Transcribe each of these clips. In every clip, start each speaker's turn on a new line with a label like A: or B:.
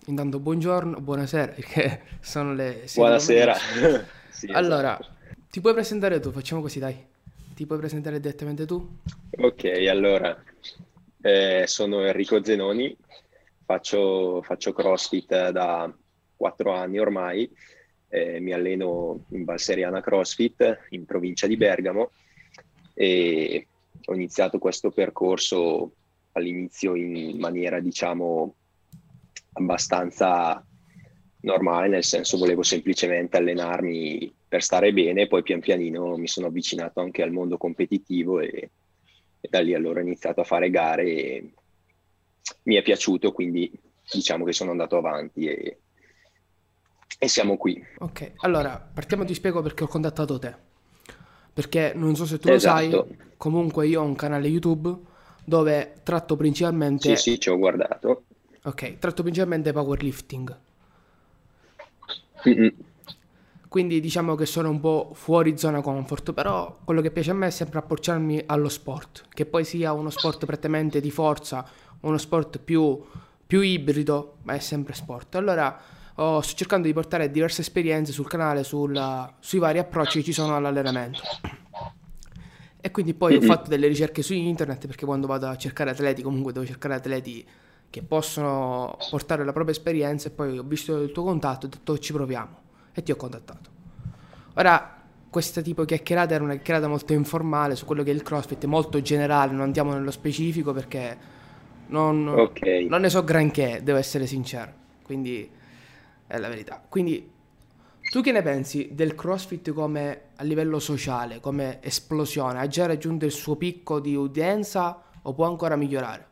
A: Intanto buongiorno, buonasera, perché sono le 6 di
B: Buonasera.
A: pomeriggio.
B: Sì,
A: Allora,
B: esatto.
A: ti puoi presentare tu? Facciamo così, dai. Ti puoi presentare direttamente tu?
B: Ok, allora, sono Enrico Zenoni, faccio CrossFit da 4 anni ormai, mi alleno in Valseriana CrossFit in provincia di Bergamo e ho iniziato questo percorso all'inizio in maniera, diciamo, abbastanza normale, nel senso volevo semplicemente allenarmi per stare bene, poi pian pianino mi sono avvicinato anche al mondo competitivo e da lì allora ho iniziato a fare gare e mi è piaciuto, quindi diciamo che sono andato avanti e siamo qui.
A: Ok, allora, partiamo ti spiego perché ho contattato te. Perché non so se tu lo sai,
B: Esatto,
A: comunque io ho un canale YouTube dove tratto
B: sì,
A: principalmente,
B: sì, ci ho guardato.
A: ok, tratto principalmente powerlifting.
B: Mm-mm.
A: Quindi diciamo che sono un po' fuori zona comfort, però quello che piace a me è sempre approcciarmi allo sport, che poi sia uno sport prettamente di forza, uno sport più ibrido, ma è sempre sport. Allora sto cercando di portare diverse esperienze sul canale sui vari approcci che ci sono all'allenamento. E quindi poi ho
B: Mm-mm.
A: fatto delle ricerche su internet perché quando vado a cercare atleti, comunque devo cercare atleti che possono portare la propria esperienza e poi ho visto il tuo contatto e ho detto ci proviamo e ti ho contattato. Ora, questa tipo di chiacchierata era una chiacchierata molto informale su quello che è il CrossFit, molto generale, non andiamo nello specifico perché non,
B: Ok.
A: non ne so granché, devo essere sincero. Quindi è la verità. Quindi tu che ne pensi del CrossFit come a livello sociale, come esplosione? Ha già raggiunto il suo picco di udienza o può ancora migliorare?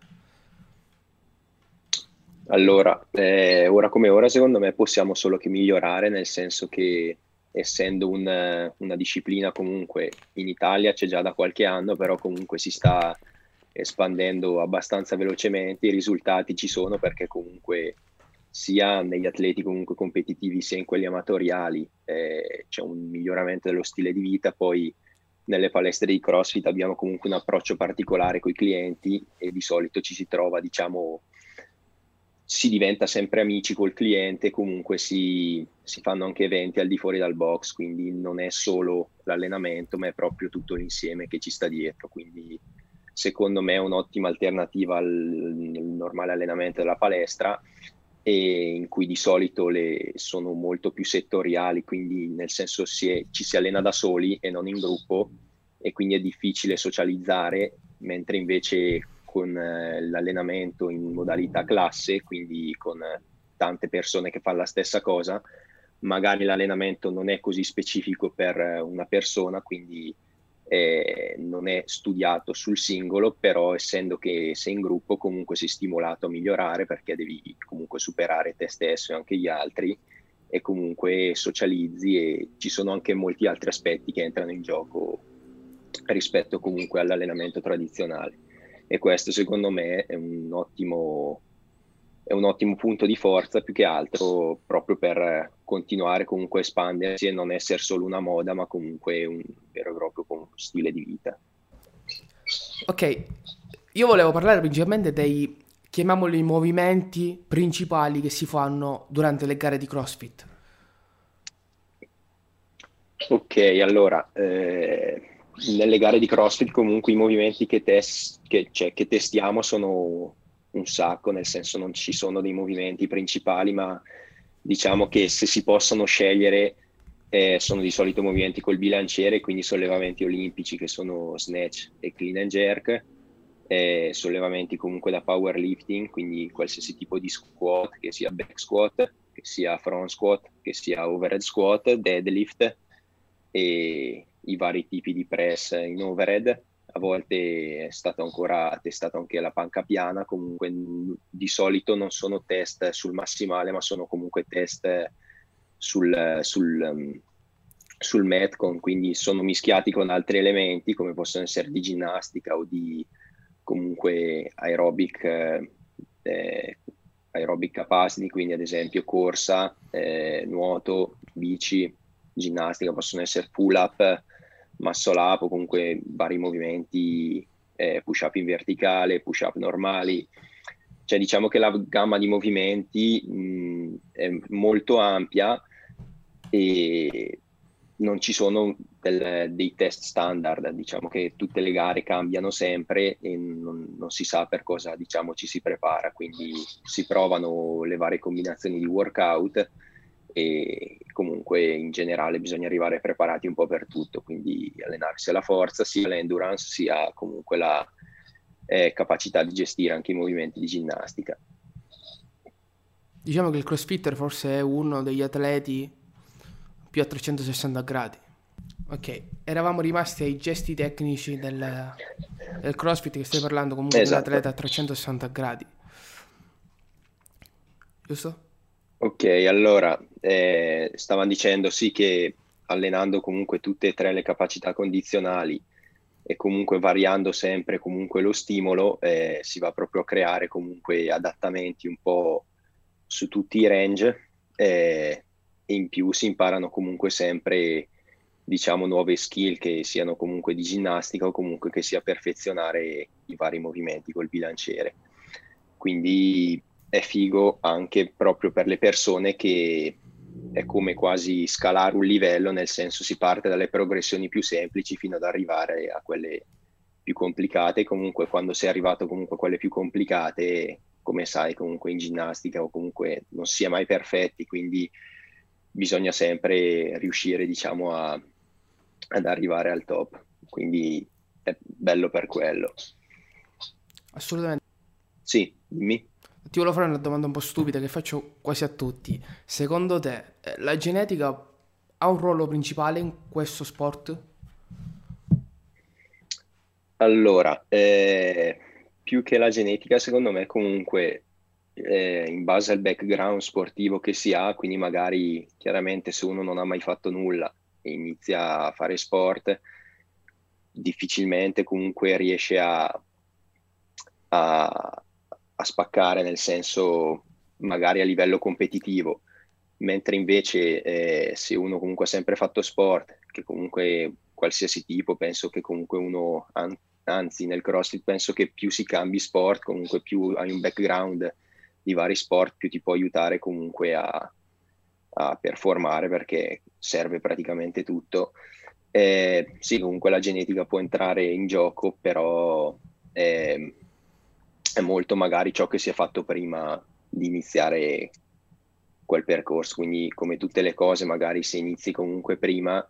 B: Allora, ora come ora, secondo me possiamo solo che migliorare, nel senso che essendo una disciplina comunque in Italia c'è già da qualche anno, però comunque si sta espandendo abbastanza velocemente, i risultati ci sono perché comunque sia negli atleti comunque competitivi sia in quelli amatoriali c'è un miglioramento dello stile di vita, poi nelle palestre di CrossFit abbiamo comunque un approccio particolare con i clienti e di solito ci si trova, diciamo, si diventa sempre amici col cliente, comunque si fanno anche eventi al di fuori dal box, quindi non è solo l'allenamento, ma è proprio tutto l'insieme che ci sta dietro. Quindi secondo me è un'ottima alternativa al normale allenamento della palestra e in cui di solito sono molto più settoriali, quindi nel senso ci si allena da soli e non in gruppo e quindi è difficile socializzare, mentre invece con l'allenamento in modalità classe, quindi con tante persone che fanno la stessa cosa, magari l'allenamento non è così specifico per una persona, quindi non è studiato sul singolo, però essendo che sei in gruppo comunque sei stimolato a migliorare perché devi comunque superare te stesso e anche gli altri e comunque socializzi e ci sono anche molti altri aspetti che entrano in gioco rispetto comunque all'allenamento tradizionale. E questo secondo me è un ottimo punto di forza più che altro proprio per continuare comunque a espandersi e non essere solo una moda, ma comunque un vero e proprio stile di vita.
A: Ok, io volevo parlare principalmente dei, chiamiamoli, movimenti principali che si fanno durante le gare di CrossFit.
B: Ok, allora, nelle gare di CrossFit comunque i movimenti che testiamo sono un sacco, nel senso non ci sono dei movimenti principali, ma diciamo che se si possono scegliere sono di solito movimenti col bilanciere, quindi sollevamenti olimpici che sono snatch e clean and jerk, sollevamenti comunque da powerlifting, quindi qualsiasi tipo di squat, che sia back squat, che sia front squat, che sia overhead squat, deadlift e i vari tipi di press in overhead. A volte è stato ancora testato anche la panca piana, comunque di solito non sono test sul massimale, ma sono comunque test sul Metcon, quindi sono mischiati con altri elementi come possono essere di ginnastica o di comunque eh, aerobic capacity, quindi ad esempio corsa, nuoto, bici, ginnastica, possono essere pull up, muscle up o comunque vari movimenti, push up in verticale, push up normali. cioè diciamo che la gamma di movimenti è molto ampia e non ci sono dei test standard, diciamo che tutte le gare cambiano sempre e non si sa per cosa, diciamo, ci si prepara, quindi si provano le varie combinazioni di workout e comunque in generale bisogna arrivare preparati un po' per tutto, quindi allenarsi alla forza, sia l'endurance, sia comunque la capacità di gestire anche i movimenti di ginnastica.
A: Diciamo che il crossfitter forse è uno degli atleti più a 360 gradi. Ok, eravamo rimasti ai gesti tecnici del CrossFit, che stai parlando comunque
B: Esatto.
A: dell'atleta a 360 gradi, giusto?
B: Ok, allora, stavano dicendo sì che allenando comunque tutte e tre le capacità condizionali e comunque variando sempre comunque lo stimolo, si va proprio a creare comunque adattamenti un po' su tutti i range, e in più si imparano comunque sempre, diciamo, nuove skill che siano comunque di ginnastica o comunque che sia perfezionare i vari movimenti col bilanciere. Quindi è figo anche proprio per le persone che è come quasi scalare un livello, nel senso si parte dalle progressioni più semplici fino ad arrivare a quelle più complicate. Comunque quando sei arrivato comunque a quelle più complicate, come sai, comunque in ginnastica o comunque non si è mai perfetti, quindi bisogna sempre riuscire, diciamo, ad arrivare al top. Quindi è bello per quello.
A: Assolutamente.
B: Sì, dimmi.
A: Ti volevo fare una domanda un po' stupida che faccio quasi a tutti. Secondo te, la genetica ha un ruolo principale in questo sport?
B: Allora, più che la genetica, secondo me comunque in base al background sportivo che si ha, quindi magari chiaramente se uno non ha mai fatto nulla e inizia a fare sport, difficilmente comunque riesce a, a spaccare, nel senso magari a livello competitivo, mentre invece se uno comunque ha sempre fatto sport, che comunque qualsiasi tipo, penso che comunque uno, anzi nel CrossFit penso che più si cambi sport, comunque più hai un background di vari sport, più ti può aiutare comunque a performare perché serve praticamente tutto. Sì, comunque la genetica può entrare in gioco, però è molto magari ciò che si è fatto prima di iniziare quel percorso, quindi come tutte le cose, magari se inizi comunque prima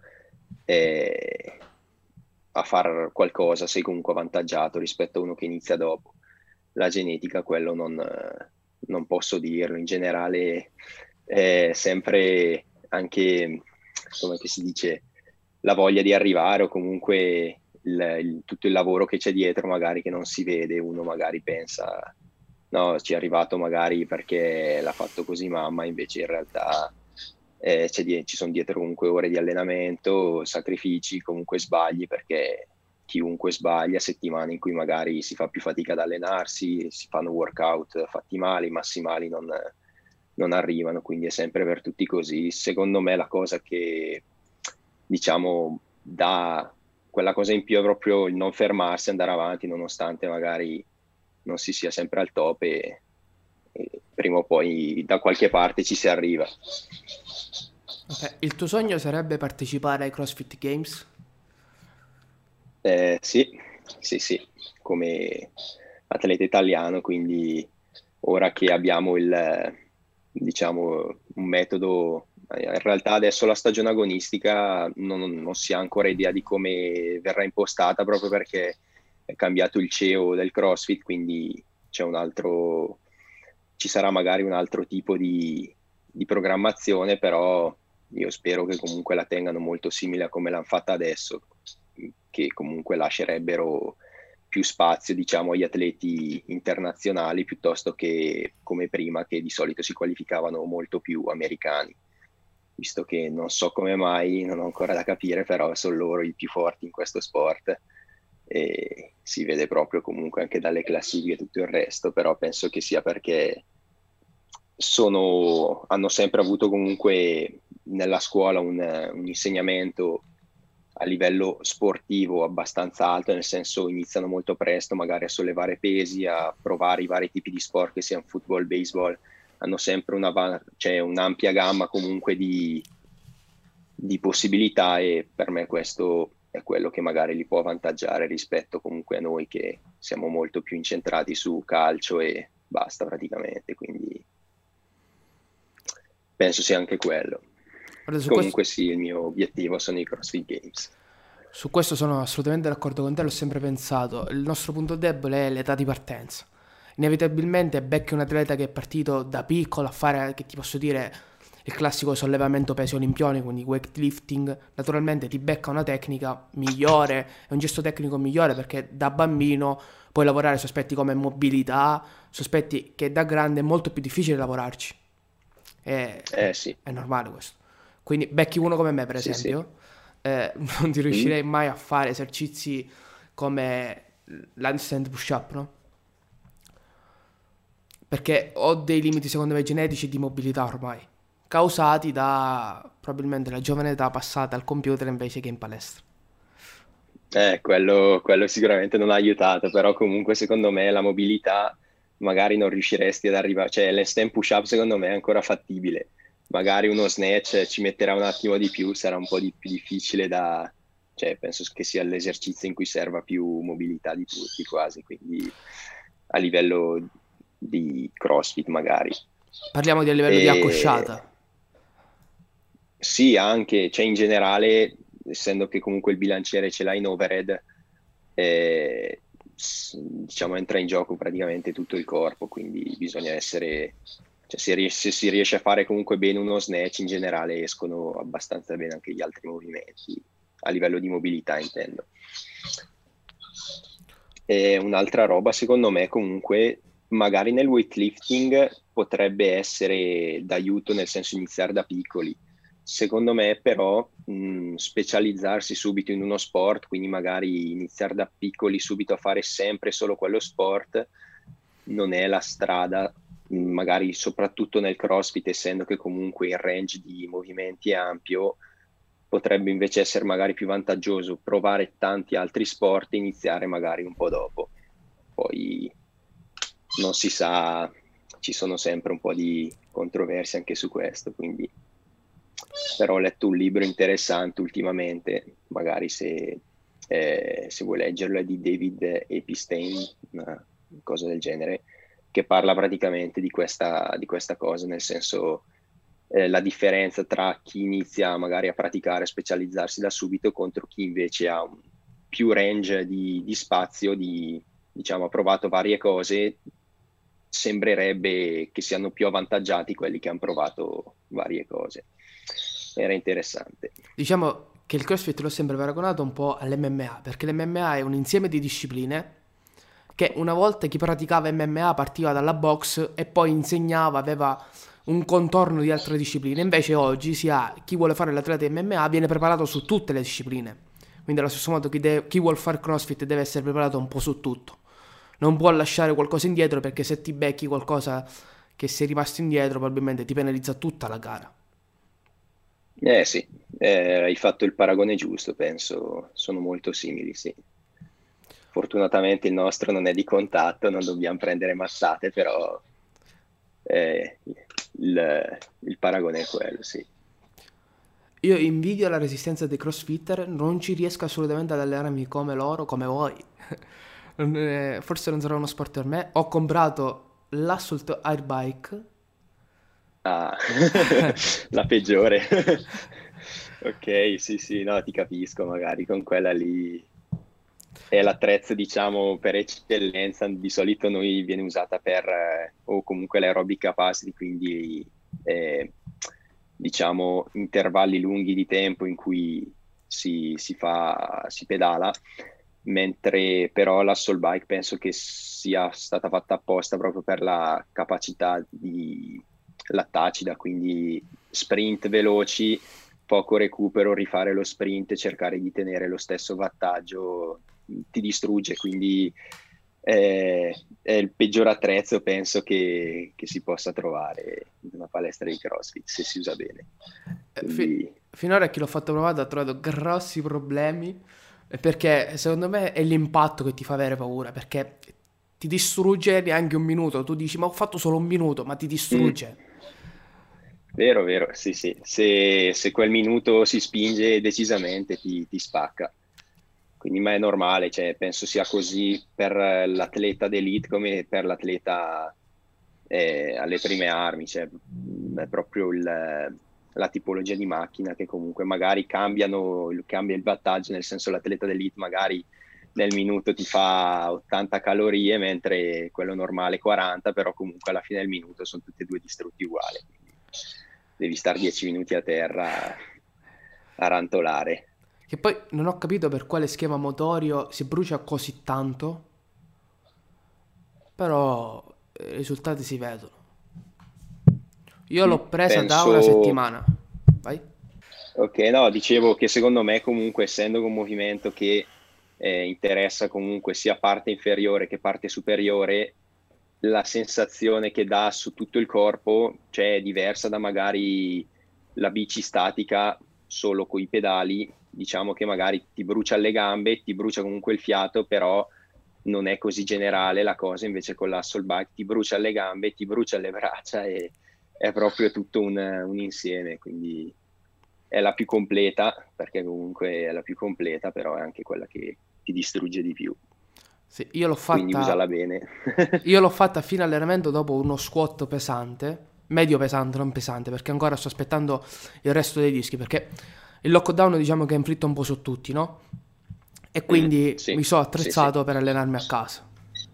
B: a fare qualcosa sei comunque avvantaggiato rispetto a uno che inizia dopo. La genetica, quello non posso dirlo, in generale è sempre anche, come che si dice, la voglia di arrivare o comunque tutto il lavoro che c'è dietro magari che non si vede, uno magari pensa no, ci è arrivato magari perché l'ha fatto così mamma, invece in realtà ci sono dietro comunque ore di allenamento, sacrifici, comunque sbagli, perché chiunque sbaglia, settimane in cui magari si fa più fatica ad allenarsi, si fanno workout fatti male, i massimali non arrivano, quindi è sempre per tutti così. Secondo me la cosa che, diciamo, dà quella cosa in più è proprio il non fermarsi, andare avanti, nonostante magari non si sia sempre al top e prima o poi da qualche parte ci si arriva.
A: Ok, il tuo sogno sarebbe partecipare ai CrossFit Games?
B: Sì, sì, sì, come atleta italiano, quindi ora che abbiamo diciamo, un metodo, in realtà adesso la stagione agonistica non si ha ancora idea di come verrà impostata proprio perché è cambiato il CEO del CrossFit, quindi c'è ci sarà magari un altro tipo di programmazione, però io spero che comunque la tengano molto simile a come l'hanno fatta adesso, che comunque lascerebbero più spazio, diciamo, agli atleti internazionali piuttosto che come prima, che di solito si qualificavano molto più americani, visto che non so come mai, non ho ancora da capire, però sono loro i più forti in questo sport e si vede proprio comunque anche dalle classifiche e tutto il resto, però penso che sia perché hanno sempre avuto comunque nella scuola un insegnamento a livello sportivo abbastanza alto, nel senso iniziano molto presto magari a sollevare pesi, a provare i vari tipi di sport, che siano football, baseball, hanno sempre cioè un'ampia gamma comunque di possibilità, e per me questo è quello che magari li può avvantaggiare rispetto comunque a noi che siamo molto più incentrati su calcio e basta praticamente, quindi penso sia anche quello.
A: Guarda,
B: Comunque sì, il mio obiettivo sono i CrossFit Games.
A: su questo sono assolutamente d'accordo con te, l'ho sempre pensato. Il nostro punto debole è l'età di partenza. Inevitabilmente becchi un atleta che è partito da piccolo a fare, che ti posso dire, il classico sollevamento pesi olimpionico, quindi weightlifting. Naturalmente ti becca una tecnica migliore, è un gesto tecnico migliore perché da bambino puoi lavorare su aspetti come mobilità, su aspetti che da grande è molto più difficile lavorarci. È,
B: Sì,
A: è normale questo. Quindi becchi uno come me, per
B: sì, sì.
A: esempio, non ti
B: Mm?
A: riuscirei mai a fare esercizi come l'handstand push-up, no? Perché ho dei limiti, secondo me, genetici di mobilità ormai, causati da probabilmente la giovane età passata al computer invece che in palestra.
B: Quello sicuramente non ha aiutato, però comunque secondo me la mobilità magari non riusciresti ad arrivare, cioè l'handstand push-up secondo me è ancora fattibile, magari uno snatch ci metterà un attimo di più, sarà un po' più difficile cioè penso che sia l'esercizio in cui serva più mobilità di tutti quasi, quindi a livello di CrossFit magari.
A: Parliamo di a livello di
B: E
A: accosciata.
B: sì, anche, cioè in generale, essendo che comunque il bilanciere ce l'ha in overhead, diciamo entra in gioco praticamente tutto il corpo, quindi bisogna essere, cioè se si riesce a fare comunque bene uno snatch, in generale escono abbastanza bene anche gli altri movimenti, a livello di mobilità intendo. E un'altra roba, secondo me, comunque, magari nel weightlifting potrebbe essere d'aiuto, nel senso iniziare da piccoli. Secondo me, però, specializzarsi subito in uno sport, quindi magari iniziare da piccoli subito a fare sempre solo quello sport, non è la strada, magari soprattutto nel CrossFit, essendo che comunque il range di movimenti è ampio, potrebbe invece essere magari più vantaggioso provare tanti altri sport e iniziare magari un po' dopo. Poi non si sa, ci sono sempre un po' di controversie anche su questo, quindi però ho letto un libro interessante ultimamente, magari se vuoi leggerlo, è di David Epstein, una cosa del genere, che parla praticamente di questa cosa, nel senso la differenza tra chi inizia magari a praticare, specializzarsi da subito contro chi invece ha un più range di spazio, diciamo, ha provato varie cose, sembrerebbe che siano più avvantaggiati quelli che hanno provato varie cose. Era interessante.
A: Diciamo che il CrossFit l'ho sempre paragonato un po' all'MMA, perché l'MMA è un insieme di discipline che una volta chi praticava MMA partiva dalla box e poi insegnava, aveva un contorno di altre discipline. Invece oggi si ha chi vuole fare l'atleta MMA viene preparato su tutte le discipline. Quindi allo stesso modo chi vuole fare CrossFit deve essere preparato un po' su tutto. Non può lasciare qualcosa indietro perché se ti becchi qualcosa che sei rimasto indietro probabilmente ti penalizza tutta la gara.
B: Sì, hai fatto il paragone giusto, penso, sono molto simili, sì. Fortunatamente il nostro non è di contatto, non dobbiamo prendere mazzate, però eh, il paragone è quello, sì.
A: Io invidio la resistenza dei crossfitter, non ci riesco assolutamente ad allenarmi come loro, come voi. Forse non sarà uno sport per me. Ho comprato l'Assault Airbike.
B: Ah, la peggiore. Ok, sì, sì, no, ti capisco, magari con quella lì è l'attrezzo, diciamo, per eccellenza. Di solito noi viene usata per, o comunque l'aerobic capacity, quindi diciamo intervalli lunghi di tempo in cui si pedala, mentre però la Soul Bike penso che sia stata fatta apposta proprio per la capacità di lattacida, quindi sprint veloci, poco recupero, rifare lo sprint, cercare di tenere lo stesso wattaggio ti distrugge, quindi è il peggior attrezzo penso che si possa trovare in una palestra di CrossFit se si usa bene.
A: Fi-
B: Quindi
A: finora chi l'ho fatto provare ha trovato grossi problemi, perché secondo me è l'impatto che ti fa avere paura, perché ti distrugge neanche un minuto, tu dici ma ho fatto solo un minuto, ma ti
B: Mm.
A: distrugge.
B: Vero, vero, sì, sì. Se quel minuto si spinge decisamente ti spacca. Quindi, ma è normale, cioè, penso sia così per l'atleta d'elite come per l'atleta alle prime armi, cioè, è proprio la tipologia di macchina che comunque magari cambia il wattaggio, nel senso l'atleta d'elite magari nel minuto ti fa 80 calorie, mentre quello normale 40, però comunque alla fine del minuto sono tutti e due distrutti uguali. Quindi devi stare 10 minuti a terra a rantolare.
A: Che poi non ho capito per quale schema motorio si brucia così tanto, però i risultati si vedono. Io l'ho presa da una
B: Penso,
A: settimana. Vai.
B: ok, no, dicevo che secondo me comunque essendo un movimento che interessa comunque sia parte inferiore che parte superiore, la sensazione che dà su tutto il corpo, cioè è diversa da magari la bici statica solo con i pedali, diciamo che magari ti brucia le gambe, ti brucia comunque il fiato, però non è così generale la cosa, invece con l'hustle bike ti brucia le gambe, ti brucia le braccia e è proprio tutto un insieme, quindi è la più completa, perché comunque è la più completa, però è anche quella che ti distrugge di più,
A: Sì,
B: quindi usala bene.
A: io l'ho fatta fino all'allenamento dopo uno squat pesante, medio pesante, non pesante, perché ancora sto aspettando il resto dei dischi, perché il lockdown diciamo che ha inflitto un po' su tutti, no? E quindi
B: Sì,
A: mi sono
B: sì, sì.
A: attrezzato per allenarmi a casa.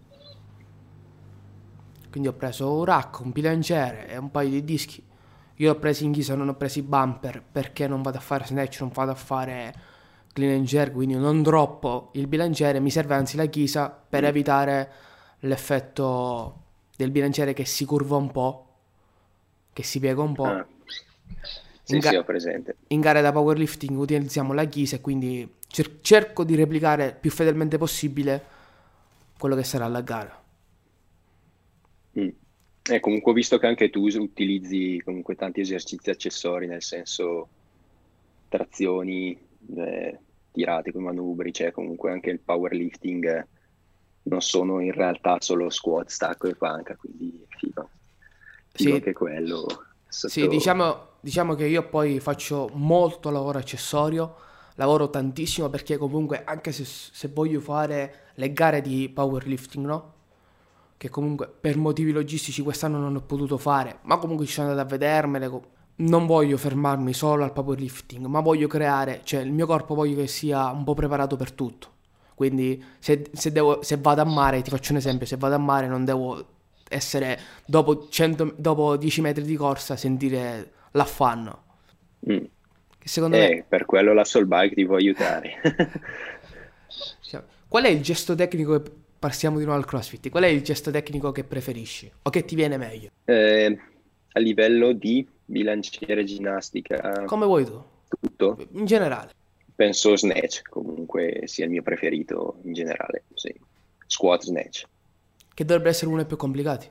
A: Quindi ho preso un rack, un bilanciere e un paio di dischi. Io l'ho preso in ghisa, non ho preso i bumper perché non vado a fare snatch, non vado a fare clean and jerk, quindi non droppo il bilanciere, mi serve anzi la ghisa per
B: Mm.
A: evitare l'effetto del bilanciere che si curva un po', che si piega un po'.
B: Ah,
A: In,
B: sì, sì, ho
A: ga-
B: presente.
A: in gare da powerlifting utilizziamo la ghisa e quindi cerco di replicare più fedelmente possibile quello che sarà la gara.
B: Mm. Comunque ho visto che anche tu utilizzi comunque tanti esercizi accessori, nel senso trazioni, tirate con i manubri, cioè comunque anche il powerlifting non sono in realtà solo squat, stacco e panca, quindi è figo. Figo
A: Sì,
B: anche quello
A: sì,
B: sotto...
A: diciamo che io poi faccio molto lavoro accessorio, lavoro tantissimo perché comunque anche se voglio fare le gare di powerlifting, no? Che comunque per motivi logistici quest'anno non ho potuto fare, ma comunque ci sono andato a vedermele. Non voglio fermarmi solo al powerlifting, ma voglio creare, cioè il mio corpo voglio che sia un po' preparato per tutto. Quindi se vado a mare, ti faccio un esempio, se vado a mare non devo essere dopo 10 metri di corsa sentire l'affanno.
B: Mm.
A: Che secondo me,
B: Per quello la soul bike ti può aiutare.
A: cioè, qual è il gesto tecnico che passiamo di nuovo al CrossFit? Qual è il gesto tecnico che preferisci o che ti viene meglio?
B: Eh, a livello di bilanciere, ginnastica,
A: Come vuoi tu,
B: tutto,
A: in generale.
B: penso snatch comunque sia il mio preferito in generale, sì. Squat snatch.
A: Che dovrebbero essere uno dei più complicati.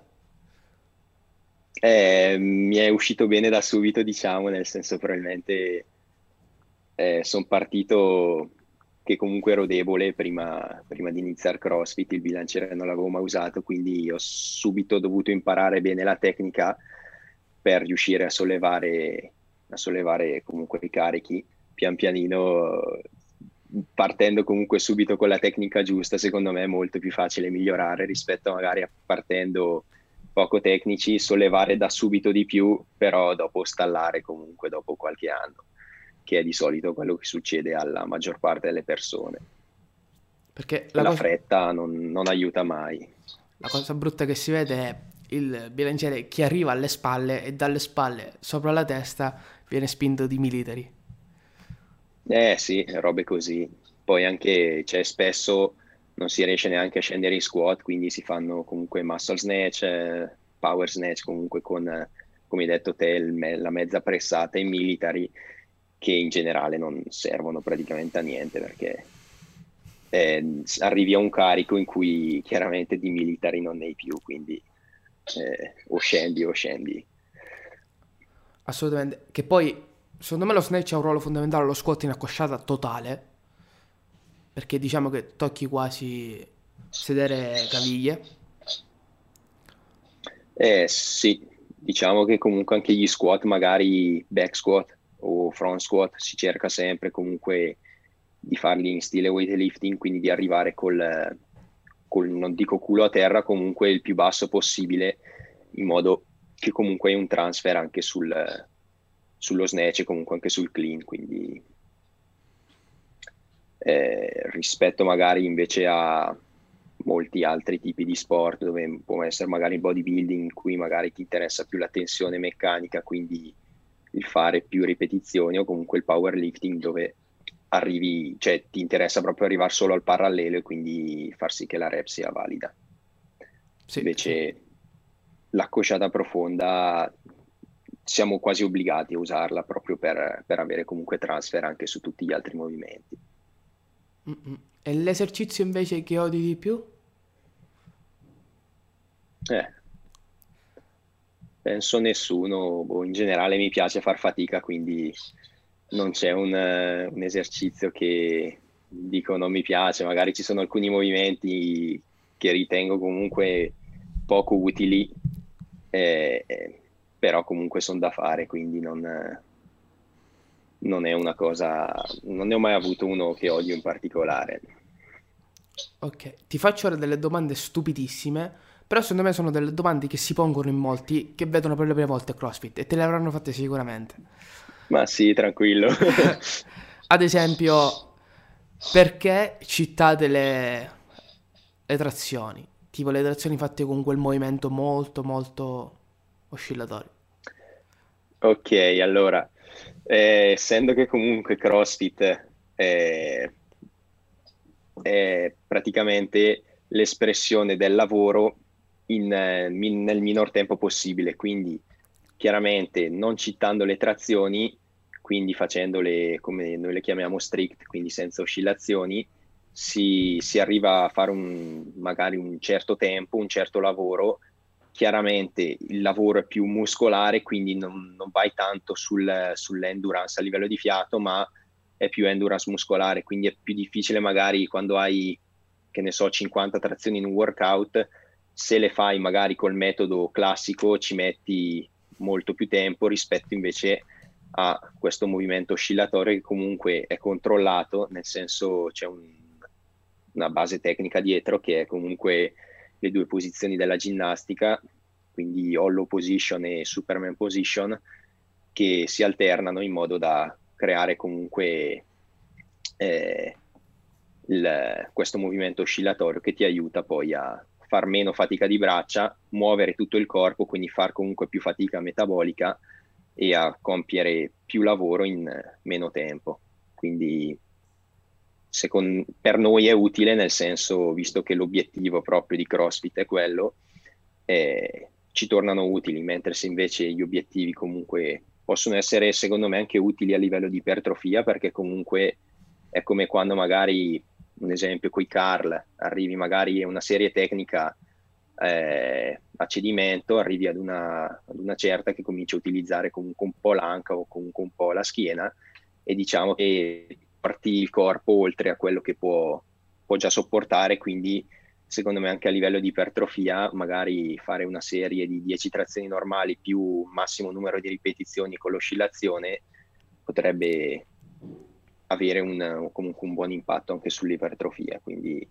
B: Mi è uscito bene da subito, diciamo, nel senso probabilmente sono partito che comunque ero debole prima di iniziare CrossFit, il bilanciere non l'avevo mai usato, quindi ho subito dovuto imparare bene la tecnica per riuscire a sollevare comunque i carichi pian pianino, partendo comunque subito con la tecnica giusta, secondo me è molto più facile migliorare rispetto magari a partendo poco tecnici, sollevare da subito di più, però dopo stallare comunque dopo qualche anno, che è di solito quello che succede alla maggior parte delle persone.
A: Perché
B: La fretta non aiuta mai.
A: la cosa brutta che si vede è il bilanciere che arriva alle spalle e dalle spalle sopra la testa viene spinto di militari.
B: Eh sì, robe così. Poi anche, cioè, spesso non si riesce neanche a scendere in squat, quindi si fanno comunque muscle snatch, power snatch comunque con, come hai detto te, la mezza pressata in military, che in generale non servono praticamente a niente perché arrivi a un carico in cui chiaramente di military non ne hai più, quindi o scendi o scendi.
A: Assolutamente. Che poi secondo me lo snatch ha un ruolo fondamentale, lo squat in accosciata totale, perché diciamo che tocchi quasi sedere caviglie.
B: Sì, diciamo che comunque anche gli squat, magari back squat o front squat, si cerca sempre comunque di farli in stile weightlifting, quindi di arrivare non dico culo a terra, comunque il più basso possibile, in modo che comunque hai un transfer anche sullo snatch e comunque anche sul clean, quindi rispetto magari invece a molti altri tipi di sport dove può essere magari il bodybuilding in cui magari ti interessa più la tensione meccanica, quindi il fare più ripetizioni, o comunque il powerlifting dove arrivi, cioè ti interessa proprio arrivare solo al parallelo e quindi far sì che la rep sia valida.
A: Sì, sì.
B: Invece l'accosciata profonda siamo quasi obbligati a usarla proprio per avere comunque transfer anche su tutti gli altri movimenti.
A: Mm-mm. E l'esercizio invece che odi di più?
B: Eh, Penso nessuno, boh, in generale mi piace far fatica, quindi non c'è un esercizio che dico non mi piace, magari ci sono alcuni movimenti che ritengo comunque poco utili, però comunque sono da fare, quindi non è una cosa, non ne ho mai avuto uno che odio in particolare.
A: Ok, ti faccio ora delle domande stupidissime, però secondo me sono delle domande che si pongono in molti che vedono per le prime volte CrossFit e te le avranno fatte sicuramente.
B: Ma sì, tranquillo.
A: Ad esempio, perché citate le trazioni? Tipo le trazioni fatte con quel movimento molto molto oscillatorio.
B: Ok, allora, essendo che comunque CrossFit è praticamente l'espressione del lavoro nel minor tempo possibile, quindi chiaramente non citando le trazioni, quindi facendole come noi le chiamiamo strict, quindi senza oscillazioni, si arriva a fare magari un certo tempo, un certo lavoro. Chiaramente il lavoro è più muscolare, quindi non vai tanto sull'endurance a livello di fiato, ma è più endurance muscolare, quindi è più difficile magari quando hai, che ne so, 50 trazioni in un workout, se le fai magari col metodo classico ci metti molto più tempo rispetto invece a questo movimento oscillatorio che comunque è controllato, nel senso c'è una base tecnica dietro che è comunque le due posizioni della ginnastica, quindi hollow position e superman position, che si alternano in modo da creare comunque eh, questo movimento oscillatorio che ti aiuta poi a far meno fatica di braccia, muovere tutto il corpo, quindi far comunque più fatica metabolica e a compiere più lavoro in meno tempo. Quindi per noi è utile nel senso, visto che l'obiettivo proprio di CrossFit è quello, ci tornano utili, mentre se invece gli obiettivi comunque possono essere secondo me anche utili a livello di ipertrofia, perché comunque è come quando magari, un esempio, con i curl, arrivi magari a una serie tecnica a cedimento, arrivi ad una certa che cominci a utilizzare comunque un po' l'anca o comunque un po' la schiena e diciamo che porti il corpo oltre a quello che può già sopportare, quindi secondo me anche a livello di ipertrofia magari fare una serie di 10 trazioni normali più massimo numero di ripetizioni con l'oscillazione potrebbe avere comunque un buon impatto anche sull'ipertrofia, quindi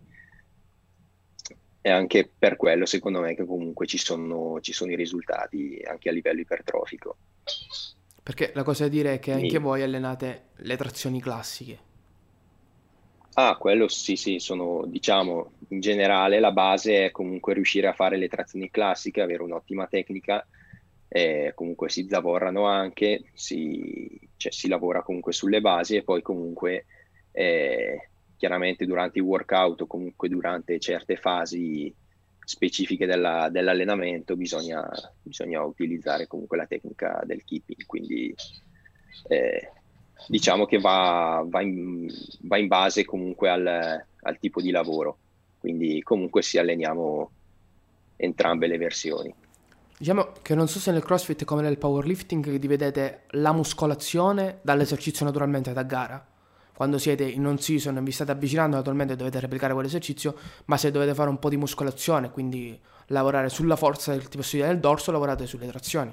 B: è anche per quello secondo me che comunque ci sono i risultati anche a livello ipertrofico.
A: Perché la cosa da dire è che anche
B: Quindi
A: voi allenate le trazioni classiche.
B: quello sì, sì, diciamo, in generale la base è comunque riuscire a fare le trazioni classiche, avere un'ottima tecnica, comunque si zavorrano anche, cioè, si lavora comunque sulle basi e poi comunque chiaramente durante i workout o comunque durante certe fasi specifiche dell'allenamento bisogna utilizzare comunque la tecnica del keeping, quindi eh, diciamo che va in base comunque al tipo di lavoro, quindi comunque si alleniamo entrambe le versioni.
A: Diciamo che non so se nel CrossFit è come nel powerlifting che dividete la muscolazione dall'esercizio naturalmente da gara. Quando siete in on season e vi state avvicinando, naturalmente dovete replicare quell'esercizio, ma se dovete fare un po' di muscolazione, quindi lavorare sulla forza del tipo del dorso, lavorate sulle trazioni.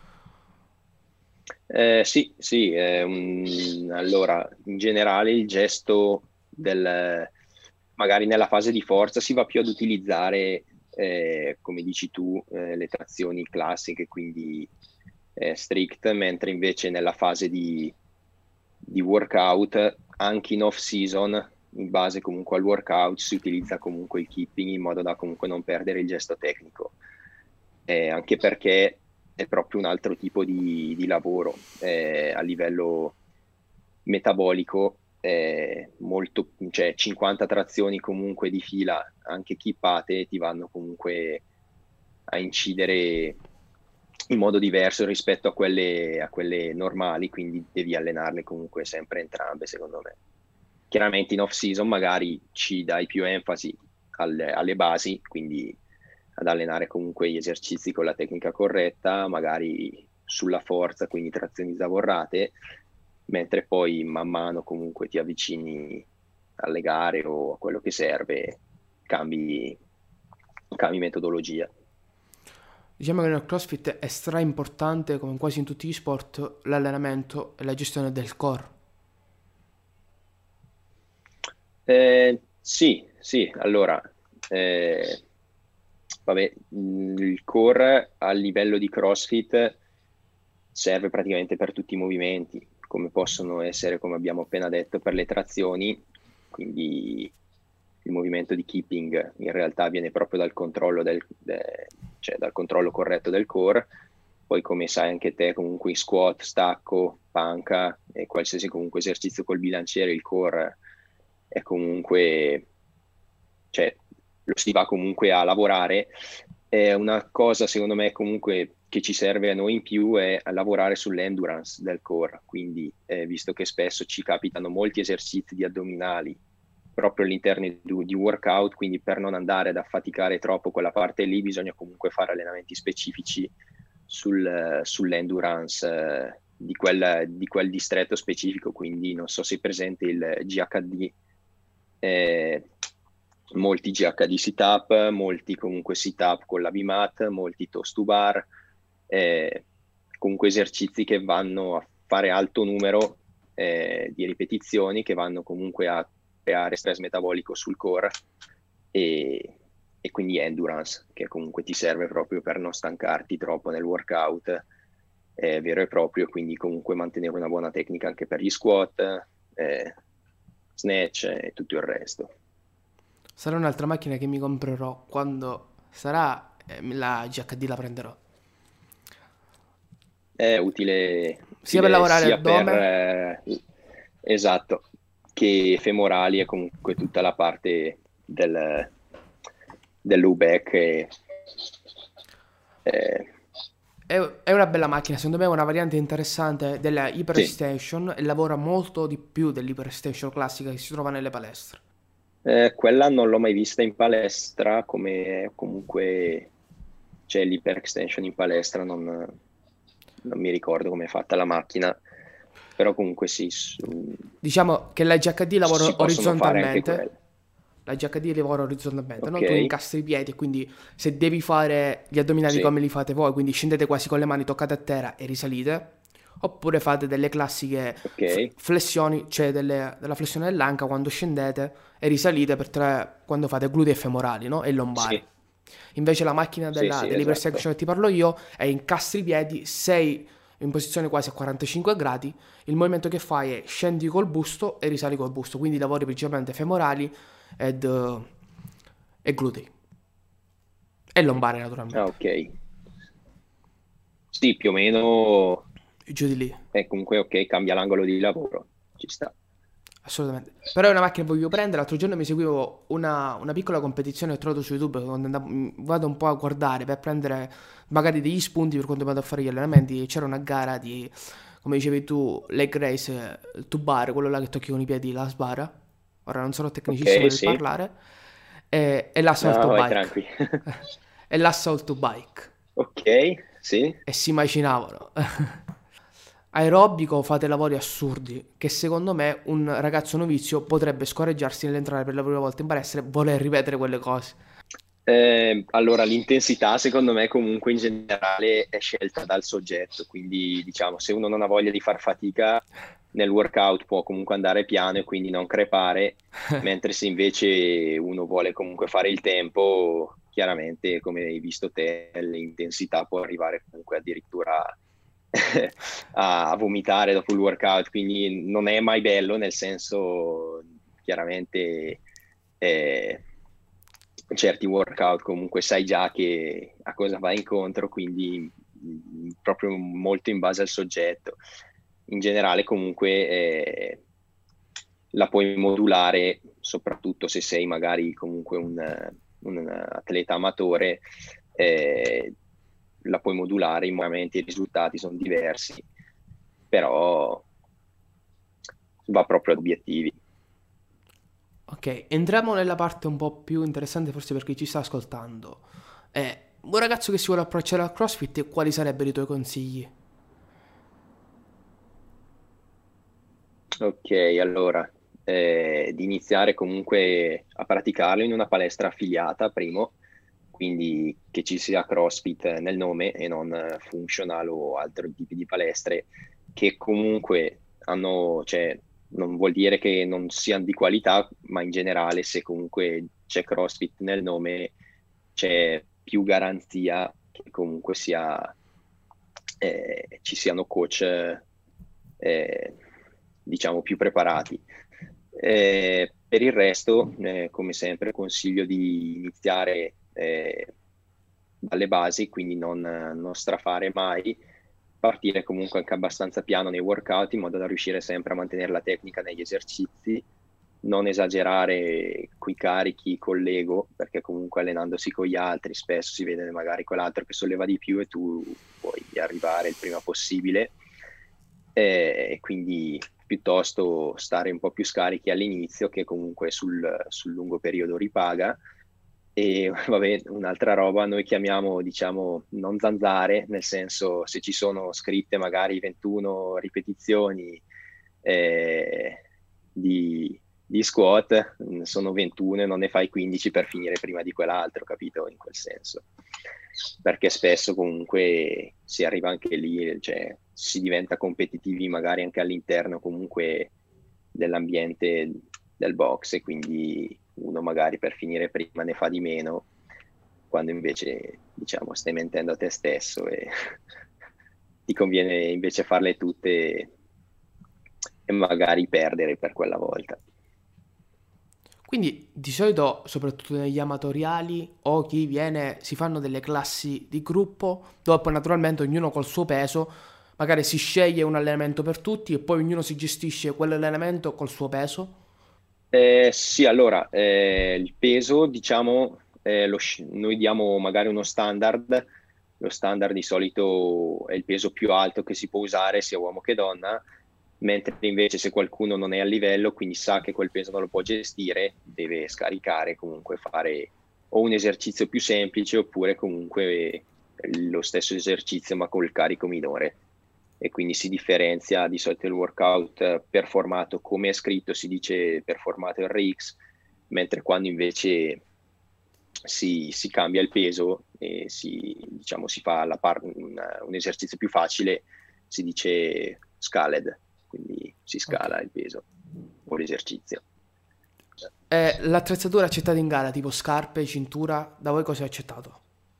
B: Sì, sì, allora in generale il gesto magari nella fase di forza si va più ad utilizzare, come dici tu, le trazioni classiche, quindi strict, mentre invece nella fase di workout, anche in off season, in base comunque al workout, si utilizza comunque il keeping in modo da comunque non perdere il gesto tecnico, anche perché è proprio un altro tipo di lavoro, a livello metabolico, molto, cioè 50 trazioni comunque di fila, anche chippate, ti vanno comunque a incidere in modo diverso rispetto a quelle normali, quindi devi allenarle comunque sempre entrambe, secondo me. Chiaramente in off season magari ci dai più enfasi alle basi, quindi ad allenare comunque gli esercizi con la tecnica corretta, magari sulla forza, quindi trazioni zavorrate, mentre poi man mano comunque ti avvicini alle gare o a quello che serve, cambi metodologia.
A: Diciamo che nel CrossFit è stra importante, come quasi in tutti gli sport, l'allenamento e la gestione del core.
B: Sì, sì, allora, eh, vabbè, il core a livello di CrossFit serve praticamente per tutti i movimenti, come possono essere, come abbiamo appena detto, per le trazioni, quindi il movimento di keeping in realtà viene proprio dal controllo cioè dal controllo corretto del core. Poi, come sai anche te, comunque in squat, stacco, panca e qualsiasi comunque esercizio col bilanciere, il core è comunque, cioè lo si va comunque a lavorare. È una cosa secondo me comunque che ci serve a noi in più è a lavorare sull'endurance del core, quindi visto che spesso ci capitano molti esercizi di addominali proprio all'interno di workout, quindi per non andare ad affaticare troppo quella parte lì bisogna comunque fare allenamenti specifici sull'endurance, di quel distretto specifico, quindi non so se è presente il GHD, molti GHD sit-up, molti comunque sit-up con la VMAT, molti toast to bar, comunque esercizi che vanno a fare alto numero di ripetizioni, che vanno comunque a creare stress metabolico sul core e quindi endurance, che comunque ti serve proprio per non stancarti troppo nel workout vero e proprio, quindi comunque mantenere una buona tecnica anche per gli squat, snatch e tutto il resto.
A: Sarà un'altra macchina che mi comprerò quando sarà, la GHD la prenderò.
B: È utile,
A: Sia per lavorare
B: sia per
A: l'addome,
B: esatto, che femorali e comunque tutta la parte del low back eh,
A: è una bella macchina, secondo me è una variante interessante della
B: sì.
A: Hyperstation e lavora molto di più dell'Hyperstation classica che si trova nelle palestre.
B: Quella non l'ho mai vista in palestra, come comunque c'è l'hyperextension in palestra, non mi ricordo come è fatta la macchina, però comunque sì,
A: Diciamo che la GHD lavora
B: si possono fare anche
A: orizzontalmente.
B: quelle.
A: La GHD lavora orizzontalmente, no?
B: Ok,
A: Tu incastri i piedi e quindi se devi fare gli addominali
B: sì,
A: come li fate voi, quindi scendete quasi con le mani toccate a terra e risalite, oppure fate delle classiche
B: ok,
A: flessioni, cioè della flessione dell'anca quando scendete e risalite quando fate glutei e femorali, no? E lombari.
B: sì,
A: Invece la macchina
B: sì, sì,
A: dell'hypersection
B: esatto.
A: che ti parlo io è incastri i piedi, sei in posizione quasi a 45 gradi, il movimento che fai è scendi col busto e risali col busto, quindi lavori principalmente femorali e glutei e lombare
B: Ah,
A: naturalmente,
B: ok. Sì, più o meno
A: giù di lì.
B: è comunque ok, cambia l'angolo di lavoro, ci sta.
A: Assolutamente. Però è una macchina che voglio prendere. L'altro giorno mi seguivo una piccola competizione che ho trovato su YouTube. Quando vado un po' a guardare per prendere magari degli spunti per quando vado a fare gli allenamenti. C'era una gara di, come dicevi tu, leg race, il to bar, quello là che tocchi con i piedi la sbarra. Ora non sono tecnicissimo
B: Ok,
A: nel
B: sì.
A: parlare. E l'assault
B: No,
A: to
B: vai
A: bike.
B: tranqui.
A: E l'assault to bike.
B: Ok, sì.
A: e si macinavano. Aerobico fate lavori assurdi che secondo me un ragazzo novizio potrebbe scoraggiarsi nell'entrare per la prima volta in palestra e voler ripetere quelle cose.
B: Allora, l'intensità secondo me comunque in generale è scelta dal soggetto, quindi diciamo se uno non ha voglia di far fatica nel workout può comunque andare piano e quindi non crepare, mentre se invece uno vuole comunque fare il tempo, chiaramente come hai visto te, l'intensità può arrivare comunque addirittura a vomitare dopo il workout, quindi non è mai bello, nel senso chiaramente eh, certi workout comunque sai già che a cosa vai incontro, quindi proprio molto in base al soggetto. In generale comunque la puoi modulare, soprattutto se sei magari comunque un atleta amatore, eh, la puoi modulare, in momenti i risultati sono diversi, però va proprio ad obiettivi.
A: Ok, entriamo nella parte un po' più interessante forse per chi ci sta ascoltando. Un ragazzo che si vuole approcciare al CrossFit, quali sarebbero i tuoi consigli?
B: Ok, allora, di iniziare comunque a praticarlo in una palestra affiliata, primo, quindi che ci sia CrossFit nel nome e non functional o altri tipi di palestre che comunque hanno, cioè, non vuol dire che non siano di qualità, ma in generale se comunque c'è CrossFit nel nome c'è più garanzia che comunque ci siano coach eh, diciamo più preparati. Per il resto, come sempre, consiglio di iniziare dalle basi, quindi non strafare mai, partire comunque anche abbastanza piano nei workout in modo da riuscire sempre a mantenere la tecnica negli esercizi, non esagerare coi carichi con l'ego, perché comunque allenandosi con gli altri spesso si vede magari quell'altro che solleva di più e tu puoi arrivare il prima possibile, e quindi piuttosto stare un po' più scarichi all'inizio che comunque sul lungo periodo ripaga. E vabbè, un'altra roba noi chiamiamo, diciamo, non zanzare, nel senso se ci sono scritte magari 21 ripetizioni eh, di squat, sono 21 e non ne fai 15 per finire prima di quell'altro, capito? In quel senso. Perché spesso comunque si arriva anche lì, cioè si diventa competitivi magari anche all'interno comunque dell'ambiente del box e quindi uno magari per finire prima ne fa di meno, quando invece diciamo stai mentendo a te stesso e ti conviene invece farle tutte e magari perdere per quella volta.
A: Quindi di solito, soprattutto negli amatoriali o chi viene, si fanno delle classi di gruppo, dove poi naturalmente ognuno col suo peso, magari si sceglie un allenamento per tutti e poi ognuno si gestisce quell'allenamento col suo peso.
B: Sì, allora, il peso, diciamo, noi diamo magari uno standard, lo standard di solito è il peso più alto che si può usare sia uomo che donna, mentre invece se qualcuno non è a livello, quindi sa che quel peso non lo può gestire, deve scaricare, comunque fare o un esercizio più semplice oppure comunque lo stesso esercizio ma col carico minore e quindi si differenzia di solito il workout per formato, come è scritto si dice per formato RX, mentre quando invece si cambia il peso e diciamo, si fa un esercizio più facile, si dice scaled, quindi si
A: Ok.
B: scala il peso o l'esercizio.
A: L'attrezzatura accettata in gara, tipo scarpe, cintura, da voi cosa è accettato?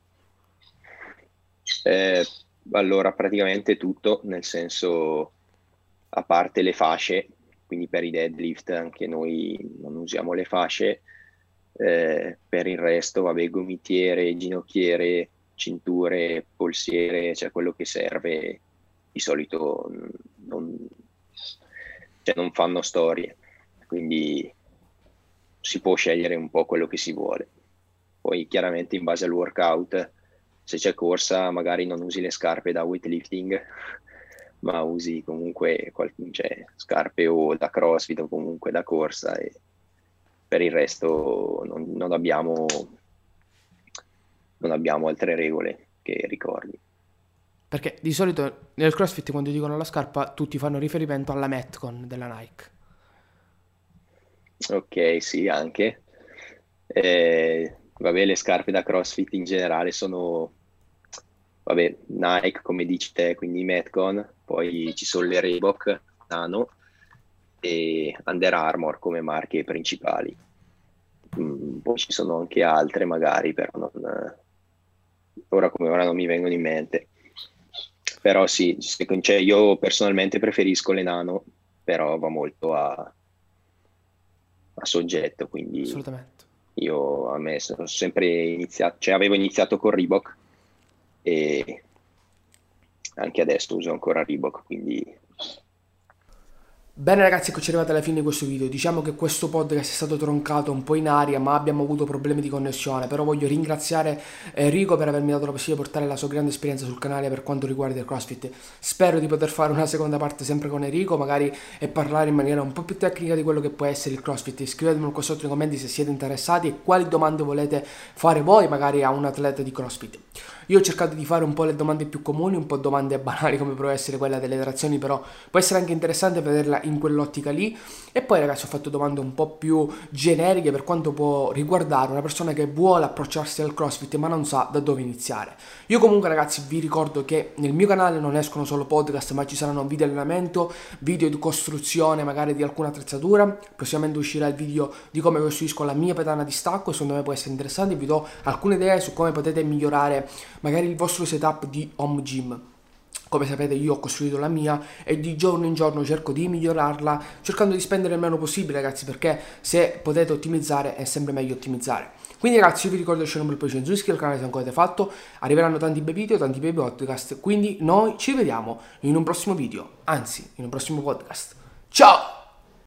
B: Eh, allora, praticamente tutto, nel senso, a parte le fasce, quindi per i deadlift anche noi non usiamo le fasce, per il resto, vabbè, gomitiere, ginocchiere, cinture, polsiere, cioè quello che serve, di solito non, cioè non fanno storie, quindi si può scegliere un po' quello che si vuole. Poi chiaramente in base al workout, se c'è corsa, magari non usi le scarpe da weightlifting, ma usi comunque cioè, scarpe o da CrossFit o comunque da corsa e per il resto non abbiamo altre regole. che ricordi.
A: Perché di solito nel CrossFit quando dicono la scarpa tutti fanno riferimento alla Metcon della Nike.
B: Ok, sì, anche. Vabbè, le scarpe da CrossFit in generale sono, vabbè, Nike, come dici te, quindi Metcon, poi ci sono le Reebok, Nano e Under Armour come marche principali. Poi ci sono anche altre magari, però ora come ora non mi vengono in mente. Però sì, cioè, io personalmente preferisco le Nano, però va molto a soggetto, quindi
A: Assolutamente.
B: io a me sono sempre iniziato, cioè avevo iniziato con Reebok e anche adesso uso ancora Reebok, quindi
A: Bene ragazzi, eccoci arrivati alla fine di questo video. Diciamo che questo podcast è stato troncato un po' in aria, ma abbiamo avuto problemi di connessione. Però voglio ringraziare Enrico per avermi dato la possibilità di portare la sua grande esperienza sul canale per quanto riguarda il CrossFit. Spero di poter fare una seconda parte sempre con Enrico, magari e parlare in maniera un po' più tecnica di quello che può essere il CrossFit. Iscrivetevi qua sotto nei commenti se siete interessati e quali domande volete fare voi magari a un atleta di CrossFit. Io ho cercato di fare un po' le domande più comuni, un po' domande banali come può essere quella delle trazioni, però può essere anche interessante vederla in quell'ottica lì. E poi ragazzi ho fatto domande un po' più generiche per quanto può riguardare una persona che vuole approcciarsi al CrossFit ma non sa da dove iniziare. Io comunque ragazzi vi ricordo che nel mio canale non escono solo podcast, ma ci saranno video di allenamento, video di costruzione magari di alcuna attrezzatura. Prossimamente uscirà il video di come costruisco la mia pedana di stacco e secondo me può essere interessante. Vi do alcune idee su come potete migliorare magari il vostro setup di home gym. Come sapete io ho costruito la mia e di giorno in giorno cerco di migliorarla, cercando di spendere il meno possibile ragazzi, perché se potete ottimizzare è sempre meglio ottimizzare. Quindi ragazzi io vi ricordo di lasciare un bel pollice in su, iscrivetevi al canale se ancora avete fatto, arriveranno tanti bei video, tanti bei podcast, quindi noi ci vediamo in un prossimo video, anzi in un prossimo podcast. Ciao!